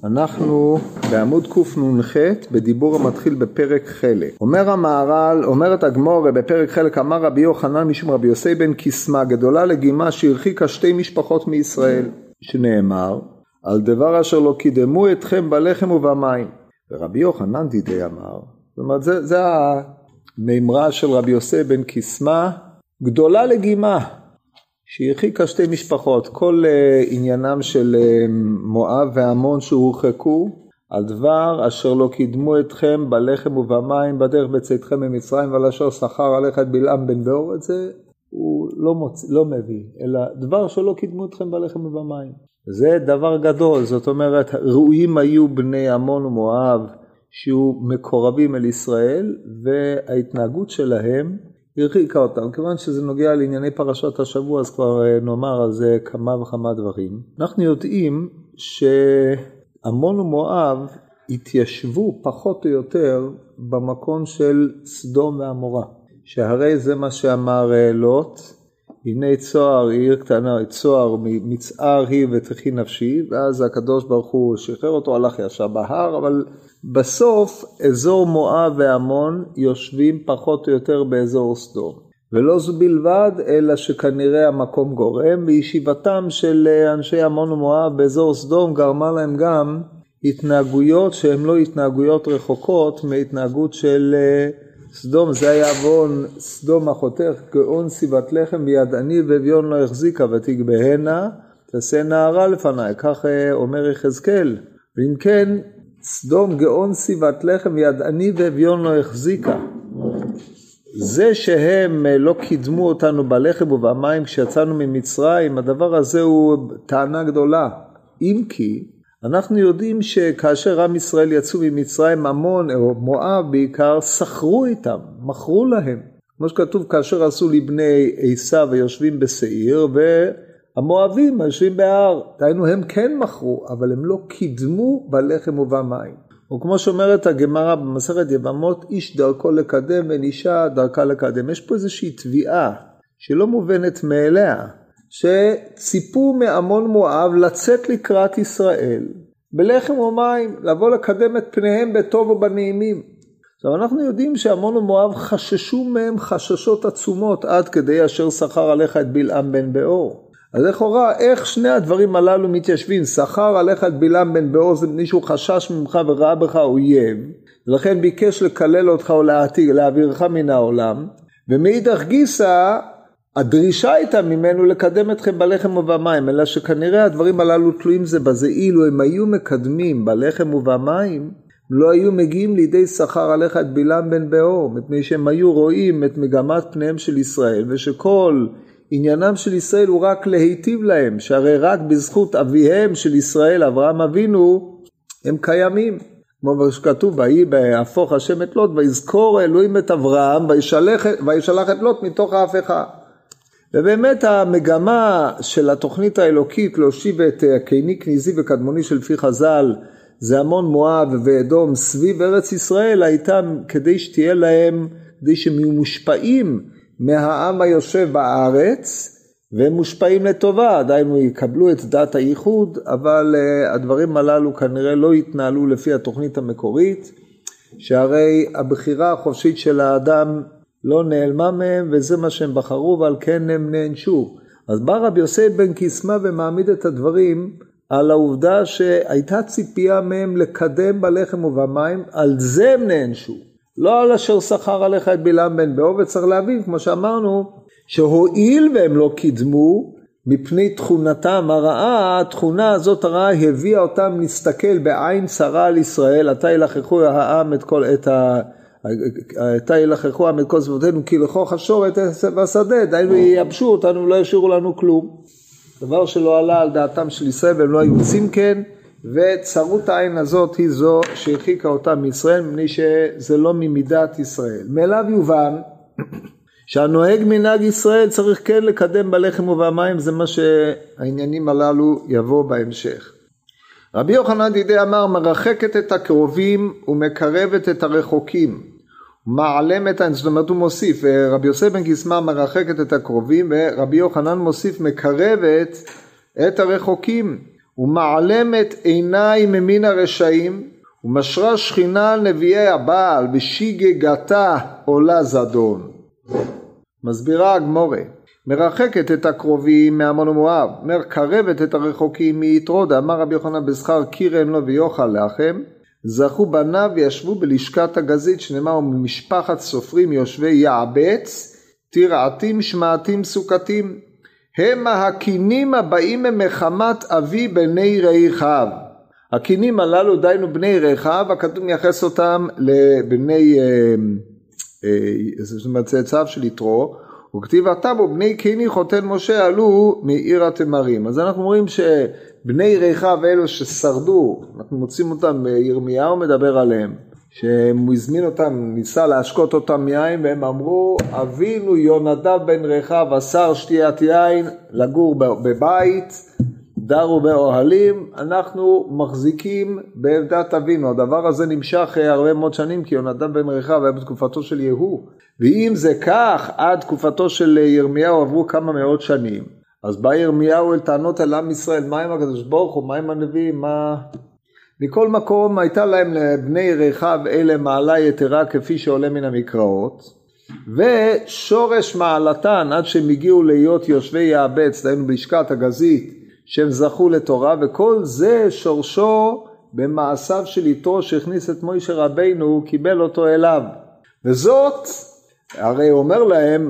אנחנו בעמוד קנ"ח בדיבור המתחיל בפרק חלק. אומר המהר"ל, אומרת הגמרא בפרק חלק, אמר רבי יוחנן משום רבי יוסי בן קיסמא, גדולה לגימה שהרחיקה שתי משפחות מישראל, שנאמר על דבר אשר לא קידמו אתכם בלחם ובמים. ורבי יוחנן דידי אמר, זאת אומרת זה המימרה של רבי יוסי בן קיסמא, גדולה לגימה שהרחיקה שתי משפחות, כל עניינם של מואב ועמון שהורחקו, על דבר אשר לא קידמו אתכם בלחם ובמים בדרך בצאתכם ממצרים, ועל אשר שכר עליך את בלעם בן בעור, את זה הוא לא מביא, אלא דבר שלא קידמו אתכם בלחם ובמים. זה דבר גדול, זאת אומרת, ראויים היו בני עמון ומואב שיהיו מקורבים אל ישראל, וההתנהגות שלהם הרחיקה אותם. כיוון שזה נוגע לענייני פרשת השבוע, אז כבר נאמר על זה כמה וכמה דברים. אנחנו יודעים שעמון ומואב התיישבו פחות או יותר במקום של סדום ועמורה, שהרי זה מה שאמר לוט, הנה צוהר היא עיר קטנה, צוהר מצער היא ותחי נפשי, ואז הקדוש ברוך הוא שחרר אותו, הלך ישב בהר, אבל בסוף אזור מואב ועמון יושבים פחות או יותר באזור סדום. ולא זו בלבד, אלא שכנראה המקום גורם, וישיבתם של אנשי עמון ומואב באזור סדום גרמה להם גם התנהגויות שהן לא התנהגויות רחוקות מהתנהגות של סדום. זה היה עוון סדום אחותך, גאון סיבת לחם ביד עני ואביון לא החזיקה, ותגבהנה תעשה נערה לפניי, כך אומר יחזקאל. ואם כן, סדום גאון סיבת לחם ביד עני ואביון לא החזיקה. זה שהם לא קידמו אותנו בלחם ובמים כשיצאנו ממצרים, הדבר הזה הוא טענה גדולה. אם כי אנחנו יודעים שכאשר עם ישראל יצאו ממצרים, עמון או מואב בעיקר סחרו איתם, מכרו להם. כמו שכתוב, כאשר עשו לבני עשיו ויושבים בשעיר, והמואבים יושבים בהר. דהיינו, הם כן מכרו, אבל הם לא קידמו בלחם ובמים. וכמו שאומרת הגמרא במסכת יבמות, איש דרכו לקדם ואישה דרכה לקדם. יש פה איזושהי תביעה שלא מובנת מאליה, שציפו מעמון מואב לצאת לקראת ישראל, בלחם ומים, לבוא לקדם את פניהם בטוב ובנעימים. עכשיו אנחנו יודעים שעמון ומואב חששו מהם חששות עצומות, עד כדי אשר שכר עליך את בלעם בן בעור. אז לכאורה, איך שני הדברים הללו מתיישבים? שכר עליך את בלעם בן בעור, זה מישהו חשש ממך וראה בך אויב, ולכן ביקש לקלל אותך או להעבירך מן העולם, ומאידך גיסא, הדרישה הייתה ממנו לקדם אתכם בלחם ובמים, אלא שכנראה הדברים הללו תלויים זה בזה. אילו הם היו מקדמים בלחם ובמים, לא היו מגיעים לידי שכר עליך את בלעם בן בעור, מפני שהם היו רואים את מגמת פניהם של ישראל, ושכל עניינם של ישראל הוא רק להיטיב להם, שהרי רק בזכות אביהם של ישראל, אברהם אבינו, הם קיימים. כמו שכתוב, בהפוך השם את לוט, ויזכור אלוהים את אברהם, וישלח את לוט מתוך ההפכה. ובאמת המגמה של התוכנית האלוקית להושיב את הקיני כניזי וקדמוני של פי חז"ל, זה עמון מואב ואדום סביב ארץ ישראל, הייתה כדי שתהיה להם, כדי שהם יהיו מושפעים מהעם היושב בארץ, והם מושפעים לטובה, עדיין יקבלו את דת הייחוד, אבל הדברים הללו כנראה לא יתנהלו לפי התוכנית המקורית, שהרי הבחירה החופשית של האדם לא נעלמה מהם, וזה מה שהם בחרו, ועל כן הם נענשו. אז בא רבי יוסי בן קיסמא ומעמיד את הדברים על העובדה שהייתה ציפייה מהם לקדם בלחם ובמים, על זה הם נענשו. לא על אשר שכר עליך את בלעם בן בעור, וצריך להבין, כמו שאמרנו, שהועיל והם לא קידמו, מפני תכונתם הרעה, התכונה הזאת הרעה הביאה אותם להסתכל בעין צרה על ישראל, עתה ילחכו העם את כל עתה ילחכו העם את כל סביבותינו, כי לכוך השור את עשב השדה, דהיינו ייבשו אותנו, לא ישאירו לנו כלום. דבר שלא עלה על דעתם של ישראל, והם לא היו עושים כן, וצרות העין הזאת היא זו שהרחיקה אותם מישראל, מפני שזה לא ממידת ישראל. מאליו יובן שהנוהג מנהג ישראל צריך כן לקדם בלחם ובמים, זה מה שהעניינים הללו יבוא בהמשך. רבי יוחנן דידי אמר, מרחקת את הקרובים ומקרבת את הרחוקים, מעלמת, זאת אומרת הוא מוסיף, רבי יוסי בן קיסמא מרחקת את הקרובים, ורבי יוחנן מוסיף מקרבת את הרחוקים. ומעלמת עיניים ממין הרשעים, ומשרה שכינה על נביאי הבעל, בשגגתה עולה זדון. מסבירה הגמורה, מרחקת את הקרובים מעמון ומואב, מקרבת את הרחוקים מיתרו, דאמר רבי יוחנן בשכר קירם לו ויאכל לחם, זכו בניו וישבו בלשכת הגזית, שנאמר ממשפחת סופרים יושבי יעבץ, תרעתים שמעתים סוכתים, הם הקינים הבאים ממחמת אבי בני רחב. הקינים הללו דיינו בני רחב, הכתוב מייחס אותם לבני, זאת אומרת צאצאיו של יתרו, וכתיב עתה בני קיני חותן משה עלו מעיר התמרים. אז אנחנו רואים שבני רחב אלו ששרדו, אנחנו מוצאים אותם, ירמיהו מדבר עליהם, שהוא הזמין אותם, ניסה להשקות אותם מיין, והם אמרו, אבינו יונדב בן רחב אסר שתיית יין לגור בבית, דרו באוהלים, אנחנו מחזיקים בעבדת אבינו. הדבר הזה נמשך הרבה מאוד שנים, כי יונדב בן רחב היה בתקופתו של יהוא. ואם זה כך, עד תקופתו של ירמיהו עברו כמה מאות שנים. אז בא ירמיהו אל טענות אל עם ישראל, מה עם הקדוש ברוך הוא, מה עם הנביאים, מה... מכל מקום הייתה להם לבני רחב אלה מעלה יתרה כפי שעולה מן המקראות, ושורש מעלתן עד שהם הגיעו להיות יושבי יעבץ, דהיינו בלשכת הגזית, שהם זכו לתורה, וכל זה שורשו במעשיו של יתרו שהכניס את מוישה רבינו, קיבל אותו אליו. וזאת, הרי אומר להם,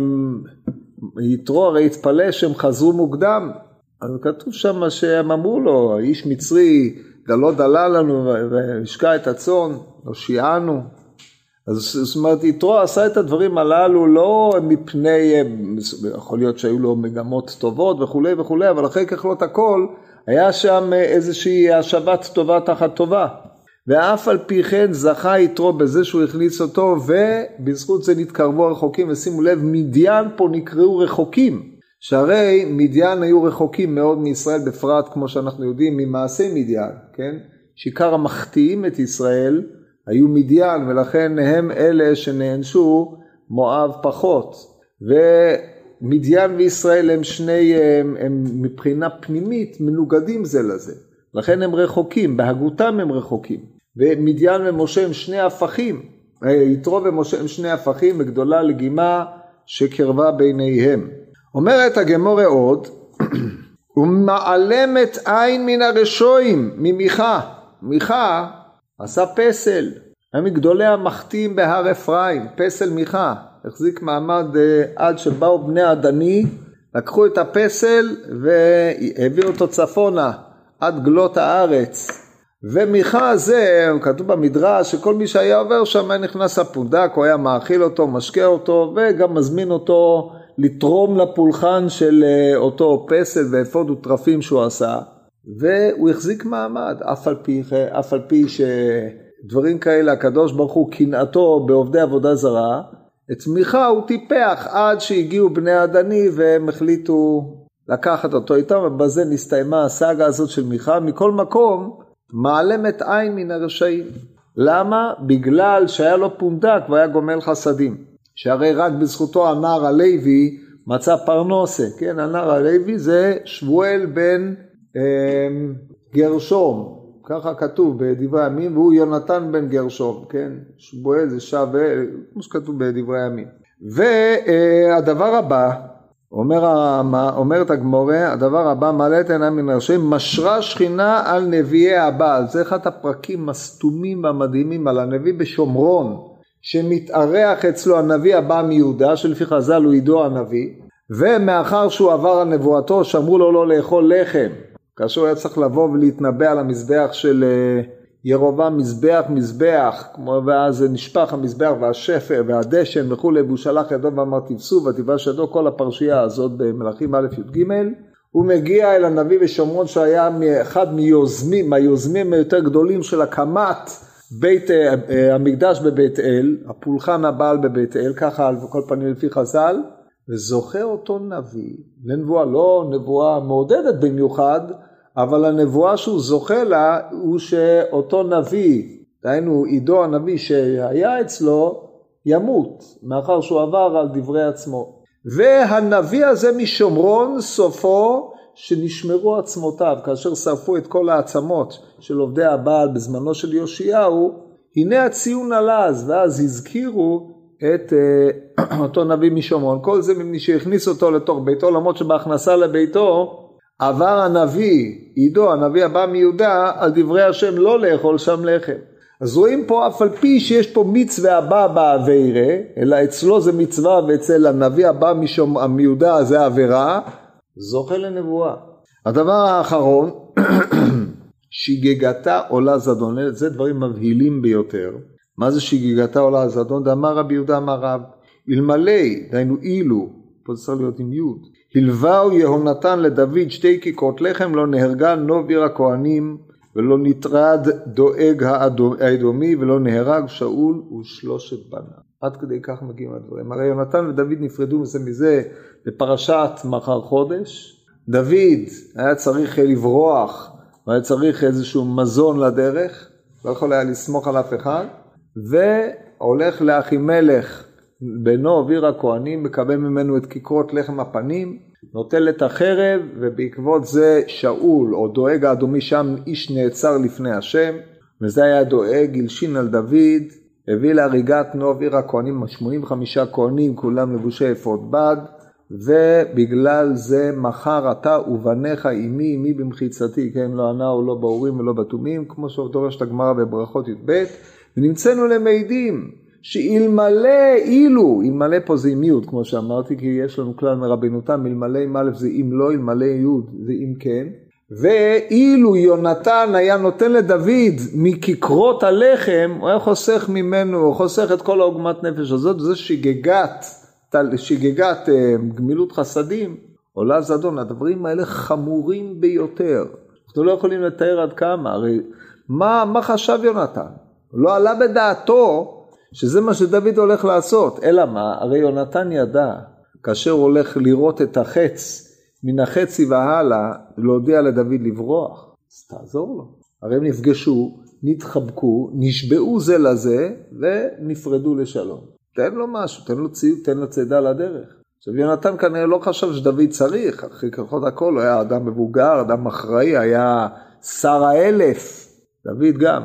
יתרו הרי התפלא שהם חזרו מוקדם, אז כתוב שם שהם אמרו לו, האיש מצרי לא דלה לנו והשקע את הצאן, לא שיענו. אז זאת אומרת, יתרו עשה את הדברים הללו לא מפני, יכול להיות שהיו לו מגמות טובות וכו' וכו', אבל אחרי ככלות הכל, היה שם איזושהי השבת טובה תחת טובה. ואף על פי כן זכה יתרו בזה שהוא הכניס אותו, ובזכות זה נתקרבו הרחוקים, ושימו לב, מדיין פה נקראו רחוקים, שהרי מדיין היו רחוקים מאוד מישראל, בפרט כמו שאנחנו יודעים ממעשי מדיין, כן? שעיקר המחטיאים את ישראל היו מדיין, ולכן הם אלה שנענשו, מואב פחות. ומדיין וישראל הם שני, הם מבחינה פנימית מנוגדים זה לזה. לכן הם רחוקים, בהגותם הם רחוקים. ומדיין ומשה הם שני הפכים, יתרו ומשה הם שני הפכים, וגדולה לגימה שקרבה ביניהם. אומרת הגמורה עוד, ומעלמת עין מן הרשועים, ממיכה. מיכה עשה פסל, הם מגדולי המחתים בהר אפרים, פסל מיכה, החזיק מעמד עד שבאו בני עדני, לקחו את הפסל והביאו אותו צפונה, עד גלות הארץ. ומיכה הזה, כתוב במדרש, שכל מי שהיה עובר שם נכנס הפונדק, הוא היה מאכיל אותו, משקה אותו, וגם מזמין אותו לתרום לפולחן של אותו פסל ואפוד וטרפים שהוא עשה. והוא החזיק מעמד, אף על פי שדברים כאלה הקדוש ברוך הוא קנאתו בעובדי עבודה זרה, את מיכה הוא טיפח עד שהגיעו בני עדני והם החליטו לקחת אותו איתם, ובזה נסתיימה הסאגה הזאת של מיכה. מכל מקום מעלמת עין מן הרשעים. למה? בגלל שהיה לו פונדק והיה גומל חסדים, שהרי רק בזכותו הנער הלוי מצא פרנסה, כן? הנער הלוי זה שבואל בן גרשום, ככה כתוב בדברי הימים, והוא יונתן בן גרשום, כן? שבואל זה שווה, כמו שכתוב בדברי הימים. והדבר הבא, אומרת הגמורה, הדבר הבא, מעלת עיניים מן הרשעים, משרה שכינה על נביאי הבעל. זה אחד הפרקים הסתומים והמדהימים על הנביא בשומרון, שמתארח אצלו הנביא הבא מיהודה, שלפי חז"ל הוא עידו הנביא, ומאחר שהוא עבר על נבואתו, שאמרו לו לא לאכול לחם, כאשר הוא היה צריך לבוא ולהתנבא על המזבח של ירובעם, מזבח, כמו ואז נשפך המזבח והשפר והדשן וכו', והוא שלח ידו ואמר תפסו ותיבש ידו, כל הפרשייה הזאת במלאכים א' י"ג. הוא מגיע אל הנביא בשומרון שהיה אחד מהיוזמים היותר גדולים של הקמת בית המקדש בבית אל, הפולחן הבעל בבית אל, ככה על כל פנים לפי חז"ל, וזוכה אותו נביא לנבואה, לא נבואה מעודדת במיוחד, אבל הנבואה שהוא זוכה לה הוא שאותו נביא, דהיינו עידו הנביא שהיה אצלו, ימות, מאחר שהוא עבר על דברי עצמו. והנביא הזה משומרון סופו שנשמרו עצמותיו, כאשר שרפו את כל העצמות של עובדי הבעל בזמנו של יאשיהו, הנה הציון עלז, ואז הזכירו את אותו נביא משומרון. כל זה מפני שהכניס אותו לתוך ביתו, למרות שבהכנסה לביתו עבר הנביא, עידו, הנביא הבא מיהודה, על דברי השם לא לאכול שם לחם. אז רואים פה אף על פי שיש פה מצווה הבא בעבירה, אלא אצלו זה מצווה ואצל הנביא הבא מיהודה זה עבירה, זוכה לנבואה. הדבר האחרון, שגגתה עולה זדון, זה דברים מבהילים ביותר. מה זה שגגתה עולה זדון? דאמר רבי יהודה אמר רב, אלמלא, דהיינו אילו, פה זה צריך להיות עם יוד, הלוואו יהונתן לדוד 2 כיכרות לחם, לא נהרגה נוב עיר הכהנים, ולא נטרד דואג האדומי, ולא נהרג שאול ושלושת בניו. עד כדי כך מגיעים הדברים. הרי יונתן ודוד נפרדו מזה בפרשת מחר חודש. דוד היה צריך לברוח, והיה צריך איזשהו מזון לדרך, לא יכול היה לסמוך על אף אחד, והולך לאחימלך בנו עיר הכהנים, מקבל ממנו את כיכרות לחם הפנים, נוטל את החרב, ובעקבות זה שאול או דואג האדומי שם איש נעצר לפני השם, וזה היה דואג, הלשין על דוד, הביא להריגת נוב עיר הכהנים, 85 כהנים, כולם לבושי אפוד בד, ובגלל זה מחר אתה ובניך עמי במחיצתי, כן, לא ענהו לא באורים ולא בתומים, כמו שדורשת הגמרא בברכות י"ב, ונמצאנו למעידים, שאלמלא אילו, אלמלא פה זה עם יוד, כמו שאמרתי, כי יש לנו כלל מרבנותם, אלמלא עם א' זה אם לא, אלמלא יוד זה אם כן, ואילו יונתן היה נותן לדוד מכיכרות הלחם, הוא היה חוסך ממנו, הוא חוסך את כל העוגמת נפש הזאת, זה שגגת גמילות חסדים, עולה זדון. הדברים האלה חמורים ביותר, אנחנו לא יכולים לתאר עד כמה. הרי מה חשב יונתן? לא עלה בדעתו שזה מה שדוד הולך לעשות, אלא מה? הרי יונתן ידע, כאשר הוא הולך לראות את החץ, מן החצי והלאה, להודיע לדוד לברוח, אז תעזור לו. הרי הם נפגשו, נתחבקו, נשבעו זה לזה, ונפרדו לשלום. תן לו משהו, תן לו ציוד, תן לו צידה לדרך. עכשיו יונתן כנראה לא חשב שדוד צריך, אחרי כוחות הכל, הוא היה אדם מבוגר, אדם אחראי, היה שר האלף, דוד גם.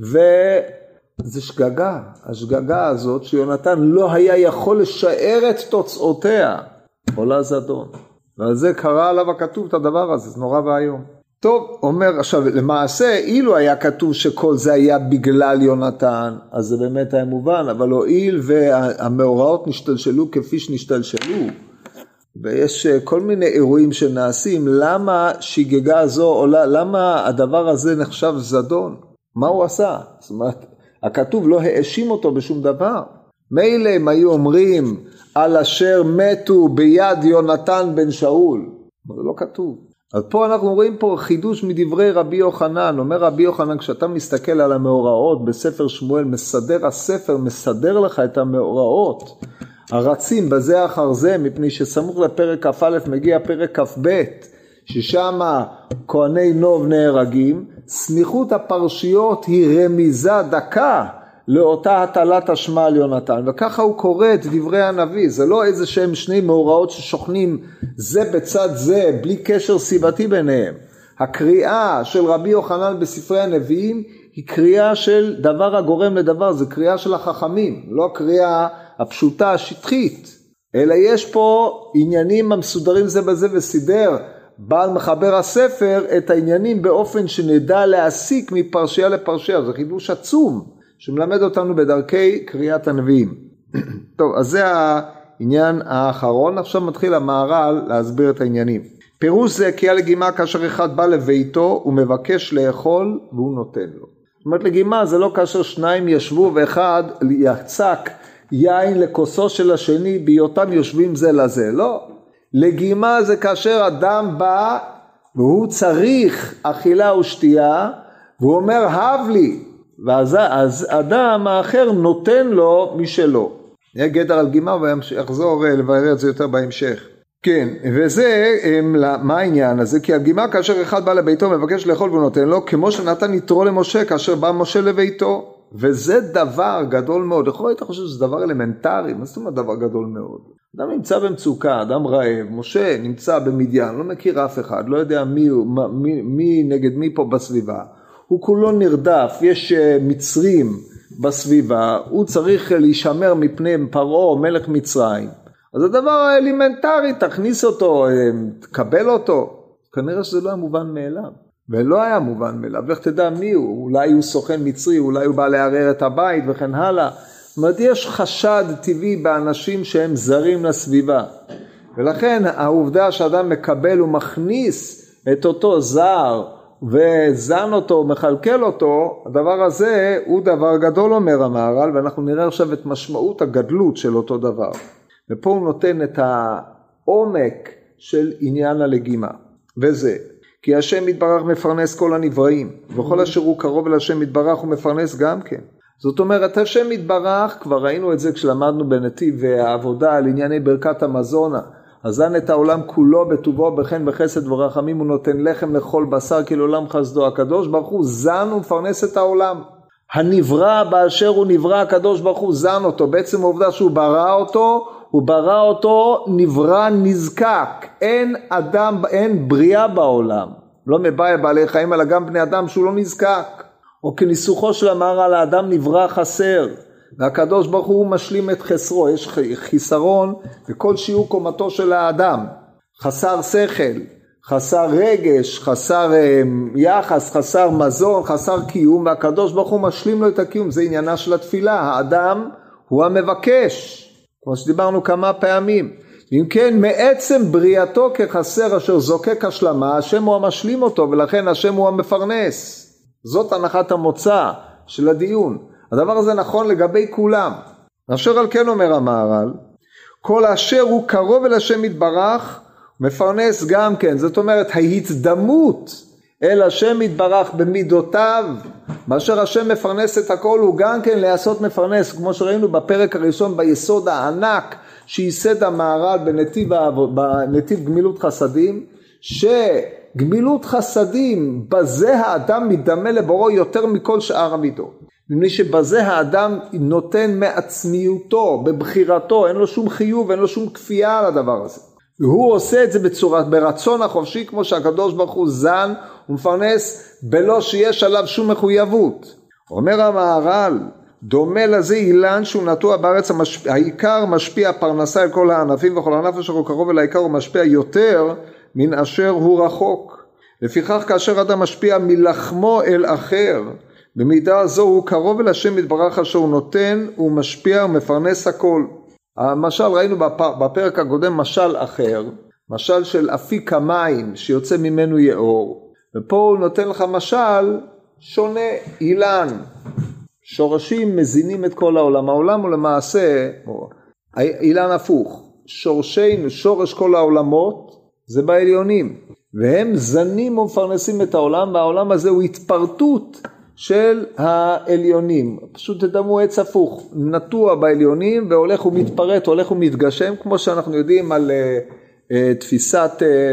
זה שגגה, השגגה הזאת שיונתן לא היה יכול לשער את תוצאותיה, עולה זדון. ועל זה קרא עליו הכתוב את הדבר הזה, זה נורא והיום. טוב, אומר עכשיו, למעשה, אילו היה כתוב שכל זה היה בגלל יונתן, אז זה באמת היה מובן, אבל הואיל והמאורעות נשתלשלו כפי שנשתלשלו, ויש כל מיני אירועים שנעשים, למה שגגה זו עולה, למה הדבר הזה נחשב זדון? מה הוא עשה? זאת אומרת, הכתוב לא האשים אותו בשום דבר. מילא הם היו אומרים על אשר מתו ביד יונתן בן שאול. זה לא כתוב. אז פה אנחנו רואים פה חידוש מדברי רבי יוחנן. אומר רבי יוחנן, כשאתה מסתכל על המאורעות בספר שמואל, הספר מסדר לך את המאורעות הרצים בזה אחר זה, מפני שסמוך לפרק כ"א מגיע פרק כ"ב, ששם כהני נוב נהרגים. סמיכות הפרשיות היא רמיזה דקה לאותה הטלת אשמה על יונתן, וככה הוא קורא את דברי הנביא. זה לא איזה שהם שני מאורעות ששוכנים זה בצד זה בלי קשר סיבתי ביניהם. הקריאה של רבי יוחנן בספרי הנביאים היא קריאה של דבר הגורם לדבר, זה קריאה של החכמים, לא קריאה הפשוטה השטחית, אלא יש פה עניינים המסודרים זה בזה, וסידר בעל מחבר הספר את העניינים באופן שנדע להסיק מפרשייה לפרשייה. זה חידוש עצום שמלמד אותנו בדרכי קריאת הנביאים. טוב, אז זה העניין האחרון. עכשיו מתחיל המהר"ל להסביר את העניינים. פירוש זה כי הלגימה כאשר אחד בא לביתו ומבקש לאכול והוא נותן לו. זאת אומרת, לגימה זה לא כאשר שניים ישבו ואחד יצק יין לכוסו של השני בהיותם יושבים זה לזה, לא. לגימה זה כאשר אדם בא והוא צריך אכילה ושתייה והוא אומר הב לי, ואז אדם האחר נותן לו משלו. יהיה גדר על גימה ויחזור לבאר את זה יותר בהמשך. כן, וזה מה העניין הזה? כי הגימה כאשר אחד בא לביתו מבקש לאכול והוא נותן לו, כמו שנתן יתרו למשה כאשר בא משה לביתו. וזה דבר גדול מאוד. יכול להיות חושב שזה דבר אלמנטרי, מה זאת אומרת דבר גדול מאוד? אדם נמצא במצוקה, אדם רעב, משה נמצא במדיין, לא מכיר אף אחד, לא יודע מי נגד מי פה בסביבה. הוא כולו נרדף, יש מצרים בסביבה, הוא צריך להישמר מפני פרעה, מלך מצרים. אז הדבר האלמנטרי, תכניס אותו, תקבל אותו. כנראה שזה לא היה מובן מאליו. ולא היה מובן מאליו, לך תדע מי הוא, אולי הוא סוכן מצרי, אולי הוא בא לערער את הבית וכן הלאה. זאת אומרת, יש חשד טבעי באנשים שהם זרים לסביבה. ולכן העובדה שאדם מקבל ומכניס את אותו זר, וזן אותו, מחלקל אותו, הדבר הזה הוא דבר גדול, אומר המהר"ל, ואנחנו נראה עכשיו את משמעות הגדלות של אותו דבר. ופה הוא נותן את העומק של עניין הלגימה, וזה, כי השם יתברך מפרנס כל הנבראים, וכל אשר הוא קרוב אל השם יתברך הוא מפרנס גם כן. זאת אומרת, השם יתברך, כבר ראינו את זה כשלמדנו בנתיב העבודה על ענייני ברכת המזונה, הזן את העולם כולו בטובו בחן בחסד ורחמים, הוא נותן לחם לכל בשר כי לעולם חסדו. הקדוש ברוך הוא זן ומפרנס את העולם. הנברא באשר הוא נברא, הקדוש ברוך הוא זן אותו. בעצם העובדה שהוא ברא אותו, הוא ברא אותו נברא נזקק. אין אדם, אין בריאה בעולם, לא מבעיה בעלי חיים, אלא גם בני אדם שהוא לא נזקק. או כניסוחו של המהר"ל, האדם נברא חסר. והקדוש ברוך הוא משלים את חסרו, יש חיסרון בכל שיעור קומתו של האדם, חסר שכל, חסר רגש, חסר יחס, חסר מזון, חסר קיום, והקדוש ברוך הוא משלים לו את הקיום. זה עניינה של התפילה, האדם הוא המבקש, כמו שדיברנו כמה פעמים. אם כן, מעצם בריאתו כחסר אשר זוקק השלמה, השם הוא המשלים אותו, ולכן השם הוא המפרנס. זאת הנחת המוצא של הדיון. הדבר הזה נכון לגבי כולם. אשר על כן אומר המהר"ל, כל אשר הוא קרוב אל השם יתברך, מפרנס גם כן. זאת אומרת, ההתדמות אל השם יתברך במידותיו, מאשר השם מפרנס את הכל, הוא גם כן לעשות מפרנס, כמו שראינו בפרק הראשון ביסוד הענק שייסד המהר"ל בנתיב גמילות חסדים, שגמילות חסדים, בזה האדם מתדמה לבוראו יותר מכל שאר המידות. מפני שבזה האדם נותן מעצמיותו, בבחירתו, אין לו שום חיוב, אין לו שום כפייה על הדבר הזה. והוא עושה את זה ברצון החופשי, כמו שהקדוש ברוך הוא זן ומפרנס בלא שיש עליו שום מחויבות. אומר המהר"ל, דומה לזה אילן שהוא נטוע בארץ, העיקר משפיע פרנסה על כל הענפים, וכל הענף אשר הוא קרוב אל העיקר הוא משפיע יותר מן אשר הוא רחוק. לפיכך כאשר אדם משפיע מלחמו אל אחר, במידה זו הוא קרוב אל השם יתברך אשר הוא נותן, הוא משפיע ומפרנס הכל. המשל ראינו בפרק הקודם משל אחר, משל של אפיק המים שיוצא ממנו יאור, ופה הוא נותן לך משל שונה, אילן. שורשים מזינים את כל העולם, העולם הוא למעשה אילן הפוך, שורשנו, שורש כל העולמות זה בעליונים, והם זנים ומפרנסים את העולם, והעולם הזה הוא התפרטות של העליונים. פשוט תדמו עץ הפוך, נטוע בעליונים והולך ומתפרט, הולך ומתגשם, כמו שאנחנו יודעים על תפיסת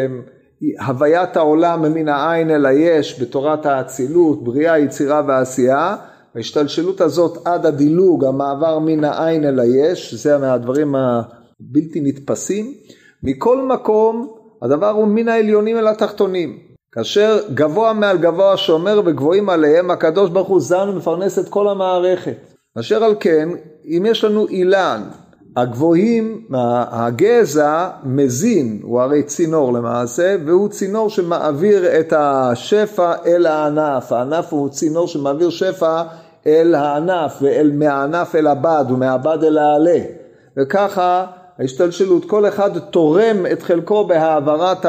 הוויית העולם מן העין אל היש בתורת האצילות, בריאה, יצירה ועשייה. ההשתלשלות הזאת עד הדילוג, המעבר מן העין אל היש, זה מהדברים הבלתי נתפסים. מכל מקום הדבר הוא מן העליונים אל התחתונים. כאשר גבוה מעל גבוה שומר וגבוהים עליהם, הקדוש ברוך הוא זן ומפרנס את כל המערכת. אשר על כן, אם יש לנו אילן, הגבוהים, הגזע מזין, הוא הרי צינור למעשה, והוא צינור שמעביר את השפע אל הענף. הענף הוא צינור שמעביר שפע אל הענף, מהענף אל הבד ומהבד אל העלה. וככה ההשתלשלות, כל אחד תורם את חלקו בהעברת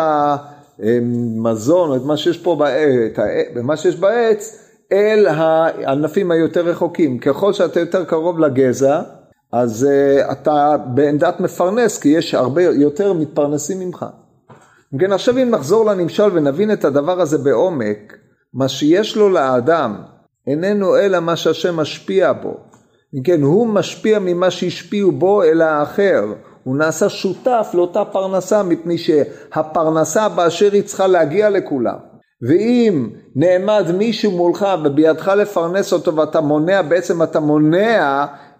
מזון, את מה שיש פה במה שיש בעץ, אל הענפים היותר רחוקים. ככל שאתה יותר קרוב לגזע, אז אתה בעמדת מפרנס, כי יש הרבה יותר מתפרנסים ממך. כן, עכשיו אם נחזור לנמשל ונבין את הדבר הזה בעומק, מה שיש לו לאדם איננו אלא מה שהשם משפיע בו. כן, הוא משפיע ממה שהשפיעו בו אל האחר. הוא נעשה שותף לאותה פרנסה, מפני שהפרנסה באשר היא צריכה להגיע לכולם. ואם נעמד מישהו מולך ובידך לפרנס אותו ואתה מונע, בעצם אתה מונע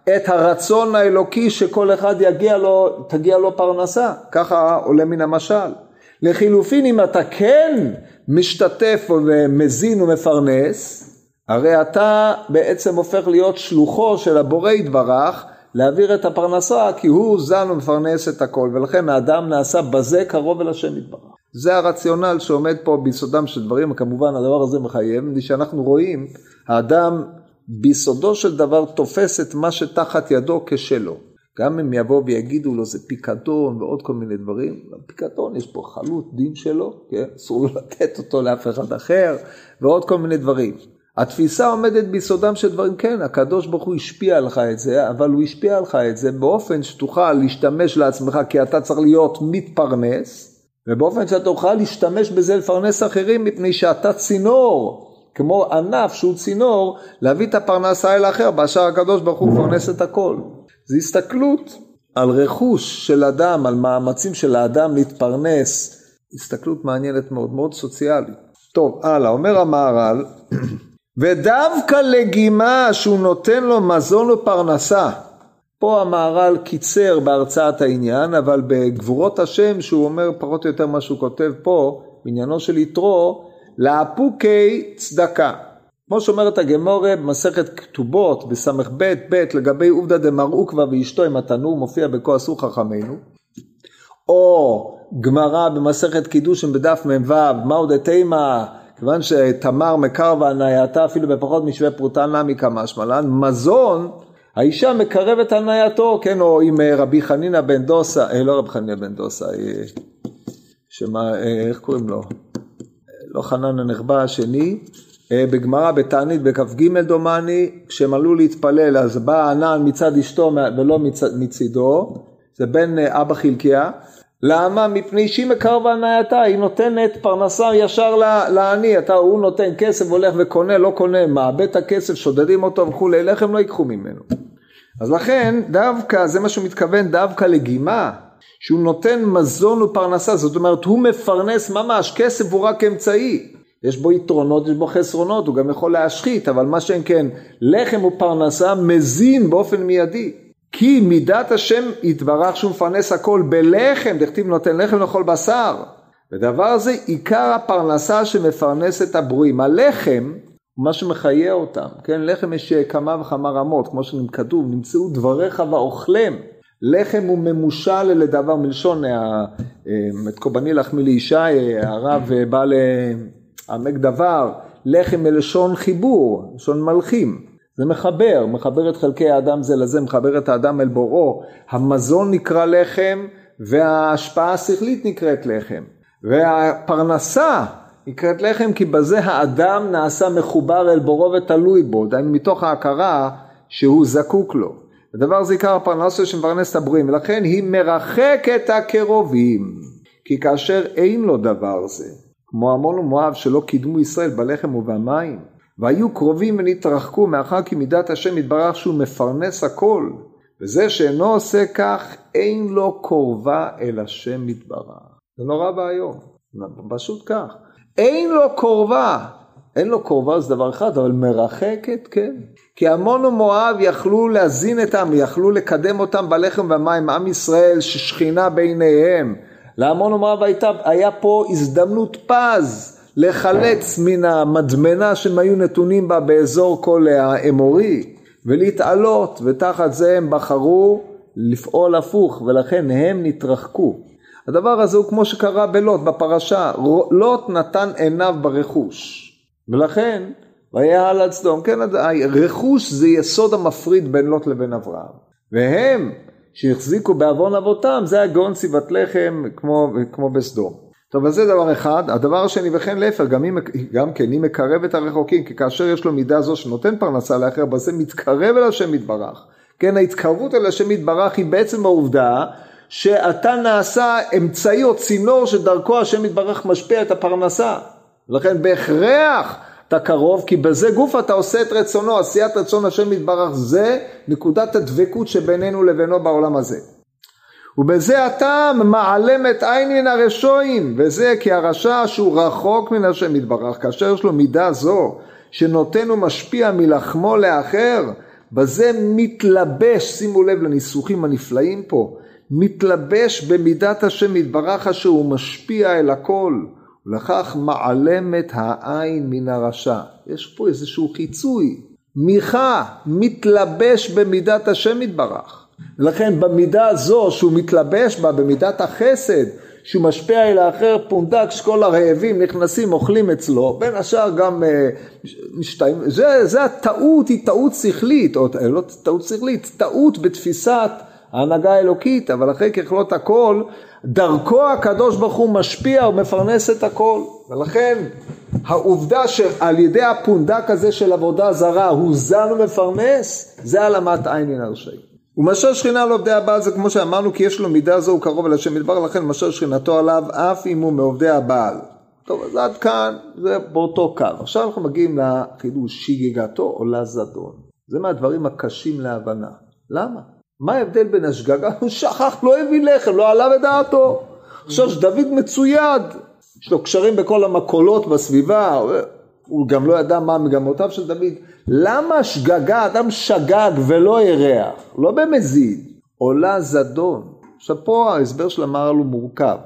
את הרצון האלוקי שכל אחד תגיע לו פרנסה, ככה עולה מן המשל. לחילופין, אם אתה כן משתתף ומזין ומפרנס, הרי אתה בעצם הופך להיות שלוחו של הבורא יתברך, להעביר את הפרנסה, כי הוא זן ומפרנס את הכל, ולכן האדם נעשה בזה קרוב אל השם יתברך. זה הרציונל שעומד פה ביסודם של דברים, וכמובן הדבר הזה מחייב, שאנחנו רואים, האדם ביסודו של דבר תופס את מה שתחת ידו כשלו. גם אם יבוא ויגידו לו זה פיקדון ועוד כל מיני דברים, בפיקדון יש פה חלות דין שלו, כן? אסור לו לתת אותו לאף אחד אחר, ועוד כל מיני דברים. התפיסה עומדת ביסודם של דברים, כן, הקדוש ברוך הוא השפיע עליך את זה, אבל הוא השפיע עליך את זה באופן שתוכל להשתמש לעצמך, כי אתה צריך להיות מתפרנס, ובאופן שאתה תוכל להשתמש בזה לפרנס אחרים, מפני שאתה צינור, כמו ענף שהוא צינור, להביא את הפרנסה אל האחר, באשר הקדוש ברוך הוא מפרנס את הכל. זה הסתכלות על רכוש של אדם, על מאמצים של האדם להתפרנס, הסתכלות מעניינת מאוד, מאוד סוציאלית. טוב, הלאה, אומר המהר"ל, ודווקא לגימה שהוא נותן לו מזון ופרנסה. פה המהר"ל קיצר בהרצאת העניין, אבל בגבורות השם שהוא אומר פחות או יותר מה שהוא כותב פה, בעניינו של יתרו, לאפוקי צדקה. כמו שאומרת הגמורה במסכת כתובות בסמך ב' לגבי עובדא דמרעוקווה ואשתו עם התנור מופיע בכה עשו חכמינו, או גמרא במסכת קידושין בדף מ"ו, מהו דתימה, כיוון שתמר מקרבה נייתה אפילו בפחות משווה פרוטה נמי כמשמע לן, מזון, האישה מקרבת על נייתו, כן, או עם רבי חנינא בן דוסא, לא רבי חנינא בן דוסא, איך קוראים לו? לא חנן הנחבא השני, בגמרא בתענית בכ"ג דומני, כשהם עלו להתפלל, אז בא הענן מצד אשתו ולא מצידו, זה בן אבא חלקיה, למה? מפני שהיא מקרבה נייתה, היא נותנת פרנסה ישר לעני, הוא נותן כסף, הולך וקונה, לא קונה, מאבד הכסף, שודדים אותו וכו', לחם לא ייקחו ממנו. אז לכן, דווקא, זה מה שהוא מתכוון, דווקא לגימה, שהוא נותן מזון ופרנסה, זאת אומרת, הוא מפרנס ממש, כסף הוא רק אמצעי, יש בו יתרונות, יש בו חסרונות, הוא גם יכול להשחית, אבל מה שאין כן, לחם ופרנסה מזין באופן מיידי. כי מידת השם יתברך שהוא מפרנס הכל בלחם, דכתיב נותן לחם לאכול בשר. ודבר זה עיקר הפרנסה שמפרנס את הברואים. הלחם הוא מה שמחיה אותם. כן, לחם יש כמה וכמה רמות, כמו שכתוב, נמצאו דבריך ואוכלם. לחם הוא ממושל לדבר מלשון, את קובני לחמי לישי, הרב בא לעמק דבר, לחם מלשון חיבור, לשון מלכים. זה מחבר את חלקי האדם זה לזה, מחבר את האדם אל בוראו. המזון נקרא לחם, וההשפעה השכלית נקראת לחם. והפרנסה נקראת לחם, כי בזה האדם נעשה מחובר אל בוראו ותלוי בו, דהיינו מתוך ההכרה שהוא זקוק לו. הדבר זה עיקר הפרנסה שמפרנס את הברואים, ולכן היא מרחקת הקרובים. כי כאשר אין לו דבר זה, כמו עמון ומואב שלא קידמו ישראל בלחם ובמים, והיו קרובים ונתרחקו מאחר כי מידת השם יתברך שהוא מפרנס הכל, וזה שאינו עושה כך אין לו קורבה אל השם יתברך. זה נורא והיום, פשוט כך. אין לו קורבה, אין לו קורבה זה דבר אחד, אבל מרחקת כן. כי עמון ומואב יכלו להזין את העם, יכלו לקדם אותם בלחם והמים, עם ישראל ששכינה ביניהם. לעמון ומואב היה פה הזדמנות פז, לחלץ מן המדמנה שהם היו נתונים בה באזור כל האמורי, ולהתעלות, ותחת זה הם בחרו לפעול הפוך, ולכן הם נתרחקו. הדבר הזה הוא כמו שקרה בלוט בפרשה, לוט נתן עיניו ברכוש, ולכן והיה על סדום, כן, רכוש זה יסוד המפריד בין לוט לבין אברהם, והם שהחזיקו בעוון אבותם, זה הגאון ציבת לחם כמו בסדום. טוב, אז זה דבר אחד. הדבר השני וכן להפך, גם כן היא מקרבת הרחוקים, כי כאשר יש לו מידה זו שנותן פרנסה לאחר, בזה מתקרב אל השם יתברך. כן, ההתקרבות אל השם יתברך היא בעצם העובדה שאתה נעשה אמצעי או צינור שדרכו השם יתברך משפיע את הפרנסה. לכן בהכרח אתה קרוב, כי בזה גוף אתה עושה את רצונו, עשיית רצון השם יתברך, זה נקודת הדבקות שבינינו לבינו בעולם הזה. ובזה הטעם מעלם את עין מן הרשעים, וזה כי הרשע שהוא רחוק מן השם יתברך, כאשר יש לו מידה זו שנותן ומשפיע מלחמו לאחר, בזה מתלבש, שימו לב לניסוחים הנפלאים פה, מתלבש במידת השם יתברך אשר הוא משפיע אל הכל, ולכך מעלמת העין מן הרשע. יש פה איזשהו חיצוי, מיכה מתלבש במידת השם יתברך, ולכן במידה הזו שהוא מתלבש בה, במידת החסד, שהוא משפיע אל האחר פונדק, שכל הרעבים נכנסים, אוכלים אצלו, בין השאר גם משתיים, זה הטעות, היא טעות שכלית, או לא טעות שכלית, טעות בתפיסת ההנהגה האלוקית, אבל אחרי ככלות הכל, דרכו הקדוש ברוך הוא משפיע ומפרנס את הכל, ולכן העובדה שעל ידי הפונדק הזה של עבודה זרה, הוא זן ומפרנס, זה העלמת עין מן הרשעים. ומשל שכינה על עובדי הבעל זה כמו שאמרנו, כי יש לו מידה זו, הוא קרוב אל השם יתברך, לכן משל שכינתו עליו, אף אם הוא מעובדי הבעל. טוב, אז עד כאן, זה באותו קו. עכשיו אנחנו מגיעים לחידוש, שגגתו עולה זדון. זה מהדברים הקשים להבנה. למה? מה ההבדל בין השגגה? הוא שכח, לא הביא לחם, לא עלה בדעתו. עכשיו שדוד מצויד, יש לו קשרים בכל המקולות בסביבה, הוא גם לא ידע מה מגמותיו של דוד. למה שגגה, אדם שגג ולא ירח, לא במזיד, עולה זדון. עכשיו פה ההסבר של המהר"ל הוא מורכב.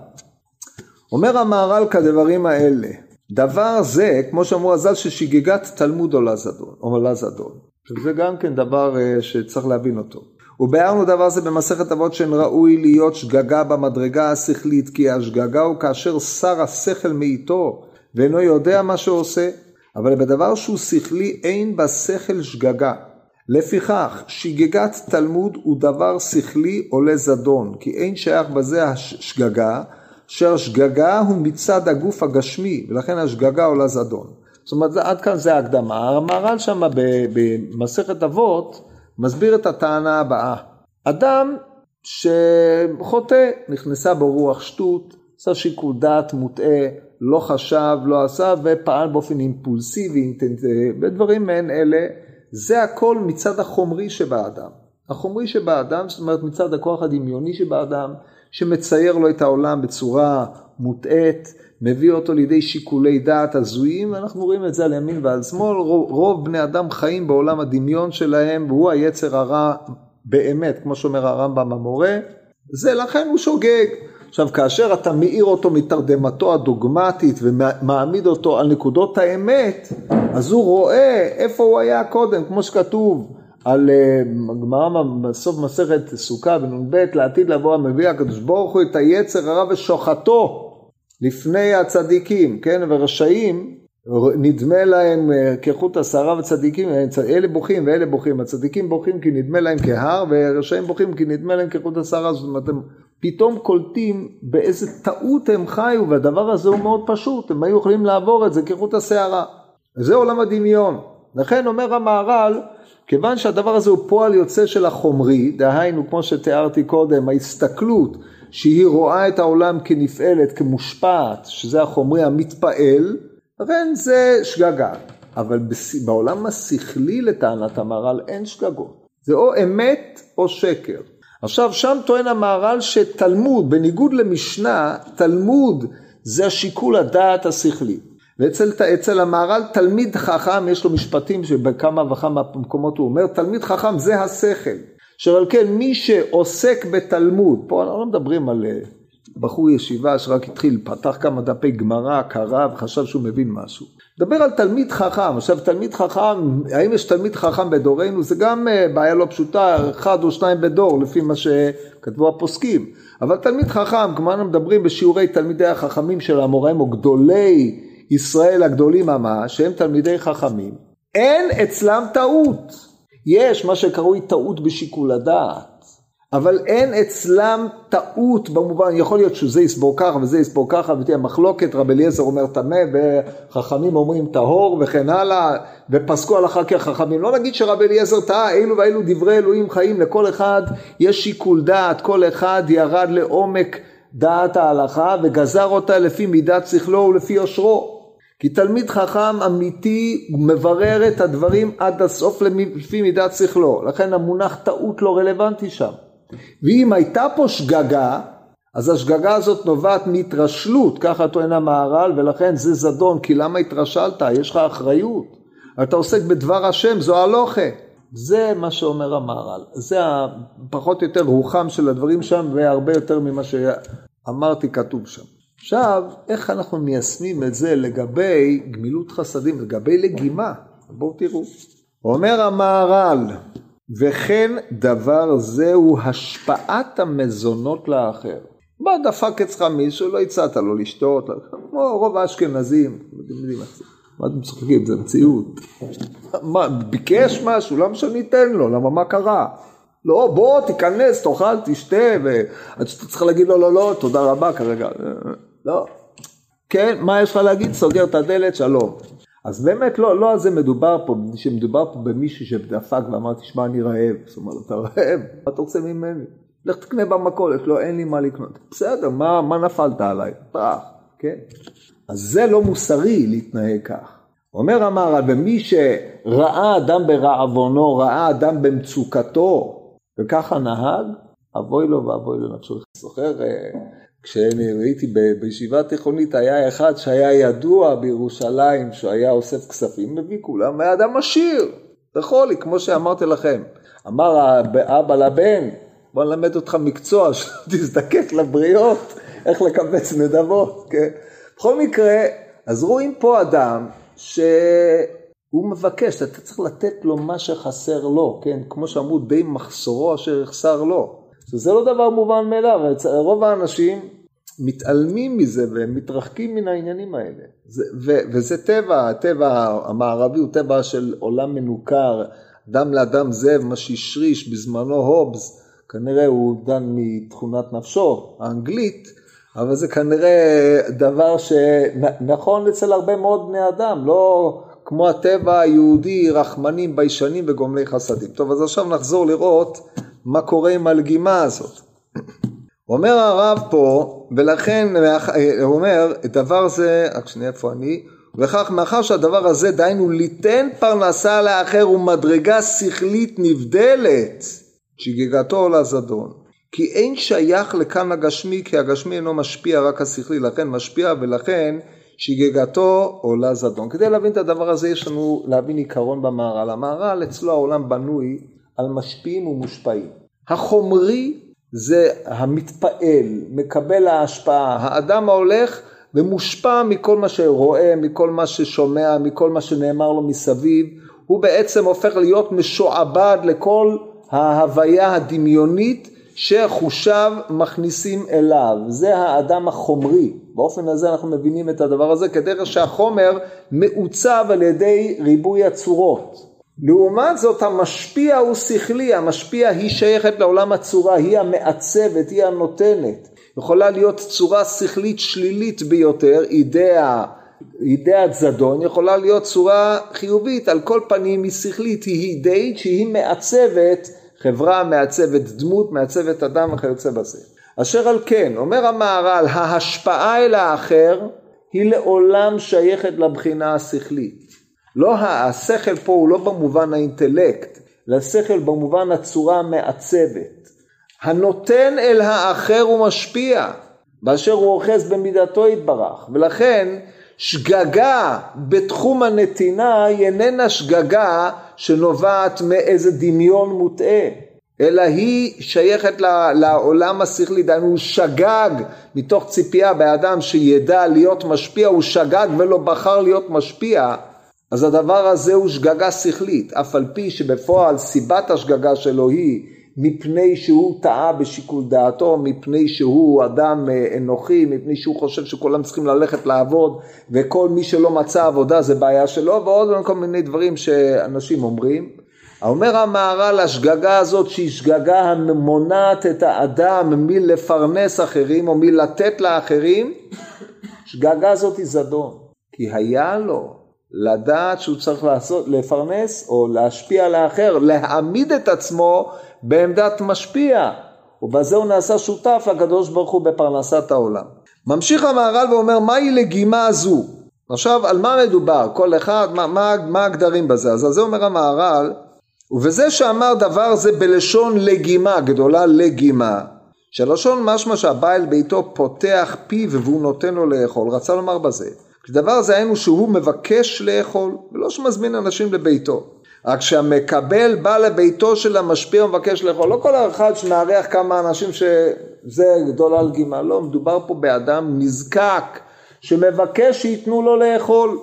אומר המהר"ל כדברים האלה, דבר זה, כמו שאמרו הז"ל, ששגגת תלמוד עולה זדון. זה גם כן דבר שצריך להבין אותו. ובארנו דבר זה במסכת אבות שהן ראוי להיות שגגה במדרגה השכלית, כי השגגה הוא כאשר שר השכל מאיתו, ואינו יודע מה שעושה. אבל בדבר שהוא שכלי אין בשכל שגגה. לפיכך, שגגת תלמוד הוא דבר שכלי עולה זדון, כי אין שייך בזה השגגה, שהשגגה הוא מצד הגוף הגשמי, ולכן השגגה עולה זדון. זאת אומרת, עד כאן זה ההקדמה. המהר"ל שם במסכת אבות מסביר את הטענה הבאה. אדם שחוטא, נכנסה בו רוח שטות, עשה שיקול דעת מוטעה, לא חשב, לא עשה, ופעל באופן אימפולסיבי, בדברים מהן אלה, זה הכל מצד החומרי שבאדם. החומרי שבאדם, זאת אומרת מצד הכוח הדמיוני שבאדם, שמצייר לו את העולם בצורה מוטעת, מביא אותו לידי שיקולי דעת הזויים, ואנחנו רואים את זה על ימין ועל שמאל, רוב בני אדם חיים בעולם הדמיון שלהם, והוא היצר הרע באמת, כמו שאומר הרמב"ם המורה, זה לכן הוא שוגג. עכשיו, כאשר אתה מאיר אותו מתרדמתו הדוגמטית ומעמיד אותו על נקודות האמת, אז הוא רואה איפה הוא היה קודם, כמו שכתוב על גמרא בסוף מסכת סוכה בנ"ב, לעתיד לבוא המביא הקדוש ברוך הוא את היצר הרע ושוחטו לפני הצדיקים, כן? ורשעים נדמה להם כחוט השערה, וצדיקים, אלה בוכים ואלה בוכים, הצדיקים בוכים כי נדמה להם כהר, ורשעים בוכים כי נדמה להם כחוט השערה. זאת אומרת, הם פתאום קולטים באיזה טעות הם חיו, והדבר הזה הוא מאוד פשוט, הם היו יכולים לעבור את זה כחוט השערה. זה עולם הדמיון. לכן אומר המהר"ל, כיוון שהדבר הזה הוא פועל יוצא של החומרי, דהיינו כמו שתיארתי קודם, ההסתכלות שהיא רואה את העולם כנפעלת, כמושפעת, שזה החומרי המתפעל, לכן זה שגגה. אבל בעולם השכלי לטענת המהר"ל אין שגגות. זה או אמת או שקר. עכשיו שם טוען המהר"ל שתלמוד, בניגוד למשנה, תלמוד זה השיקול הדעת השכלי. ואצל המהר"ל תלמיד חכם, יש לו משפטים שבכמה וכמה מקומות הוא אומר, תלמיד חכם זה השכל. שעל כן מי שעוסק בתלמוד, פה אנחנו לא מדברים על בחור ישיבה שרק התחיל, פתח כמה דפי גמרא, קרא וחשב שהוא מבין משהו. דבר על תלמיד חכם. עכשיו תלמיד חכם, האם יש תלמיד חכם בדורנו? זה גם בעיה לא פשוטה, 1 או 2 בדור לפי מה שכתבו הפוסקים. אבל תלמיד חכם, כמו אנחנו מדברים בשיעורי תלמידי החכמים של המוראים או גדולי ישראל הגדולים ממש, שהם תלמידי חכמים, אין אצלם טעות. יש מה שקרוי טעות בשיקול הדעת, אבל אין אצלם טעות במובן, יכול להיות שזה יסבור ככה וזה יסבור ככה, ותהיה מחלוקת, רבי אליעזר אומר טמא, וחכמים אומרים טהור וכן הלאה, ופסקו הלכה כחכמים. לא נגיד שרבי אליעזר טעה, אילו ואילו דברי אלוהים חיים, לכל אחד יש שיקול דעת, כל אחד ירד לעומק דעת ההלכה, וגזר אותה לפי מידת שכלו ולפי יושרו. כי תלמיד חכם אמיתי מברר את הדברים עד הסוף לפי מידת שכלו, לכן המונח טעות לא רלוונטי שם. ואם הייתה פה שגגה, אז השגגה הזאת נובעת מהתרשלות, ככה טוען המהר"ל, ולכן זה זדון, כי למה התרשלת? יש לך אחריות. אתה עוסק בדבר השם, זו הלוכה. זה מה שאומר המהר"ל. זה פחות או יותר רוחם של הדברים שם, והרבה יותר ממה שאמרתי כתוב שם. עכשיו, איך אנחנו מיישמים את זה לגבי גמילות חסדים, לגבי לגימה? בואו תראו. אומר המהר"ל, וכן דבר זה הוא השפעת המזונות לאחר. בא דפק אצלך מישהו, לא הצעת לו לשתות, כמו רוב האשכנזים, מה אתם צוחקים? זה מציאות. ביקש משהו, למה שניתן לו? למה מה קרה? לא, בוא תיכנס, תאכל, תשתה, ועד שאתה צריך להגיד לו, לא, לא, תודה רבה כרגע. לא. כן, מה יש לך להגיד? סוגר את הדלת, שלום. אז באמת לא על זה מדובר פה, שמדובר פה במישהו שדפק ואמר, תשמע, אני רעב. זאת אומרת, אתה רעב? מה אתה רוצה ממני? לך תקנה במכולת, לא, אין לי מה לקנות. בסדר, מה נפלת עליי? פרח, כן? אז זה לא מוסרי להתנהג כך. אומר המהר"ל, ומי שראה אדם ברעבונו, ראה אדם במצוקתו, וככה נהג, אבוי לו ואבוי לו נפשו. זוכר, כשאני ראיתי בישיבה תיכונית, היה אחד שהיה ידוע בירושלים, שהיה אוסף כספים, מביא כולם, היה אדם עשיר, תחולי, כמו שאמרתי לכם. אמר אבא לבן, בוא נלמד אותך מקצוע, שתזדקק לבריות, איך לקבץ נדבות, כן? בכל מקרה, אז רואים פה אדם שהוא מבקש, אתה צריך לתת לו מה שחסר לו, כן? כמו שאמרו, די מחסורו אשר יחסר לו. זה לא דבר מובן מאליו, רוב האנשים מתעלמים מזה והם מתרחקים מן העניינים האלה. וזה טבע, הטבע המערבי הוא טבע של עולם מנוכר, אדם לאדם זאב, מה שהשריש בזמנו הובס, כנראה הוא דן מתכונת נפשו, האנגלית, אבל זה כנראה דבר שנכון אצל הרבה מאוד בני אדם, לא כמו הטבע היהודי, רחמנים, ביישנים וגומלי חסדים. טוב, אז עכשיו נחזור לראות מה קורה עם הלגימה הזאת. אומר הרב פה, ולכן הוא אומר, דבר זה, רק שנייה איפה אני, וכך מאחר שהדבר הזה דיינו ליתן פרנסה לאחר ומדרגה שכלית נבדלת, שגיגתו עולה זדון. כי אין שייך לכאן הגשמי, כי הגשמי אינו משפיע, רק השכלי, לכן משפיע, ולכן שגיגתו עולה זדון. כדי להבין את הדבר הזה, יש לנו להבין עיקרון במהר"ל. המהר"ל אצלו העולם בנוי על משפיעים ומושפעים. החומרי זה המתפעל, מקבל ההשפעה. האדם ההולך ומושפע מכל מה שרואה, מכל מה ששומע, מכל מה שנאמר לו מסביב. הוא בעצם הופך להיות משועבד לכל ההוויה הדמיונית שחושיו מכניסים אליו. זה האדם החומרי. באופן הזה אנחנו מבינים את הדבר הזה, כדרך שהחומר מעוצב על ידי ריבוי הצורות. לעומת זאת המשפיע הוא שכלי, המשפיע היא שייכת לעולם הצורה, היא המעצבת, היא הנותנת. יכולה להיות צורה שכלית שלילית ביותר, אידאת זדון, יכולה להיות צורה חיובית, על כל פנים היא שכלית, היא אידאית שהיא מעצבת, חברה מעצבת דמות, מעצבת אדם וכיוצא בזה. אשר על כן, אומר המהר"ל, ההשפעה אל האחר היא לעולם שייכת לבחינה השכלית. לא, השכל פה הוא לא במובן האינטלקט, לשכל במובן הצורה המעצבת. הנותן אל האחר הוא משפיע, באשר הוא אוחז במידתו יתברך, ולכן שגגה בתחום הנתינה היא איננה שגגה שנובעת מאיזה דמיון מוטעה, אלא היא שייכת לעולם השכלי, דהיינו הוא שגג מתוך ציפייה באדם שידע להיות משפיע, הוא שגג ולא בחר להיות משפיע, אז הדבר הזה הוא שגגה שכלית, אף על פי שבפועל סיבת השגגה שלו היא מפני שהוא טעה בשיקול דעתו, מפני שהוא אדם אנוכי, מפני שהוא חושב שכולם צריכים ללכת לעבוד, וכל מי שלא מצא עבודה זה בעיה שלו, ועוד כל מיני דברים שאנשים אומרים. אומר המהר"ל, השגגה הזאת שהיא שגגה המונעת את האדם מלפרנס אחרים או מלתת לאחרים, שגגה הזאת היא זדון, כי היה לו לדעת שהוא צריך לפרנס או להשפיע על האחר, להעמיד את עצמו בעמדת משפיע, ובזה הוא נעשה שותף לקדוש ברוך הוא בפרנסת העולם. ממשיך המהר"ל ואומר, מהי לגימה הזו? עכשיו, על מה מדובר? כל אחד, מה הגדרים בזה? אז זה אומר המהר"ל, ובזה שאמר דבר זה בלשון לגימה, גדולה לגימה, שלשון משמע שהבעל ביתו פותח פיו והוא נותן לו לאכול, רצה לומר בזה. כשדבר זה היינו שהוא מבקש לאכול, ולא שמזמין אנשים לביתו. רק שהמקבל בא לביתו של המשפיע ומבקש לאכול. לא כל אחד שמארח כמה אנשים שזה גדולה לגימה, לא, מדובר פה באדם נזקק שמבקש שיתנו לו לאכול.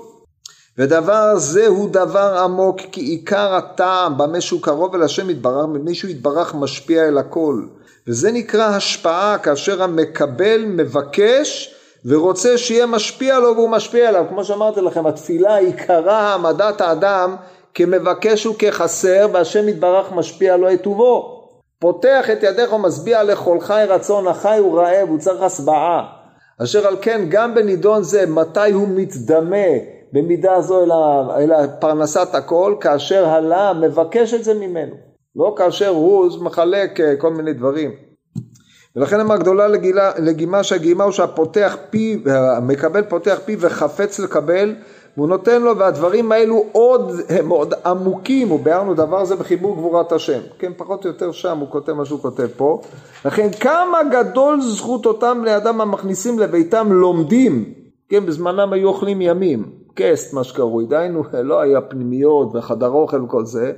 ודבר זה הוא דבר עמוק, כי עיקר הטעם במה שהוא קרוב אל השם יתברך, מישהו יתברך משפיע אל הכל. וזה נקרא השפעה, כאשר המקבל מבקש ורוצה שיהיה משפיע לו והוא משפיע עליו. כמו שאמרתי לכם, התפילה עיקרה העמדת האדם כמבקש וכחסר, והשם יתברך משפיע לו את טובו. פותח את ידך ומשביע לכל חי רצון, החי הוא רעב, הוא צריך השבעה. אשר על כן גם בנידון זה, מתי הוא מתדמה במידה זו אל פרנסת הכל, כאשר הלה מבקש את זה ממנו, לא כאשר הוא מחלק כל מיני דברים. ולכן אמר גדולה לגימה, שהגימה הוא שהפותח פי, המקבל פותח פי וחפץ לקבל, והוא נותן לו, והדברים האלו הם עוד עמוקים, וביארנו דבר זה בחיבור גבורת השם. כן, פחות או יותר שם הוא כותב מה שהוא כותב פה. לכן כמה גדול זכות אותם לאדם המכניסים לביתם לומדים, כן, בזמנם היו אוכלים ימים, קסט מה שקרוי, דיינו, לא היה פנימיות וחדר אוכל וכל זה,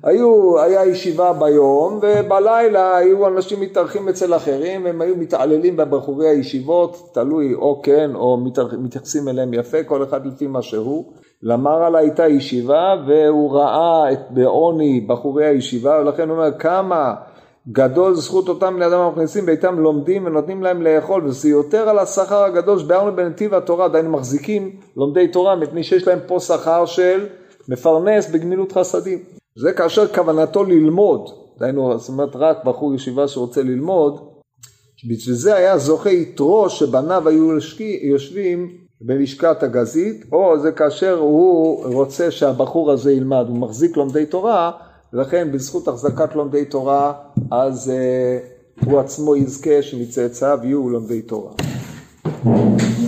היה ישיבה ביום, ובלילה היו אנשים מתארחים אצל אחרים, הם היו מתעללים בבחורי הישיבות, תלוי או כן, או מתייחסים אליהם יפה, כל אחד לפי מה שהוא. למרלה הייתה ישיבה, והוא ראה בעוני בחורי הישיבה, ולכן הוא אומר, כמה גדול זכות אותם לאדם המכניסים ביתם לומדים ונותנים להם לאכול, וזה יותר על השכר הגדול שביארנו בנתיב התורה, עדיין מחזיקים לומדי תורה, מפני שיש להם פה שכר של מפרנס בגמילות חסדים. זה כאשר כוונתו ללמוד, דיינו, זאת אומרת רק בחור ישיבה שרוצה ללמוד, בשביל זה היה זוכה יתרו שבניו היו יושבים בלשכת הגזית, או זה כאשר הוא רוצה שהבחור הזה ילמד, הוא מחזיק לומדי תורה, ולכן בזכות החזקת לומדי תורה, אז הוא עצמו יזכה שמצאצאיו יהיו לומדי תורה.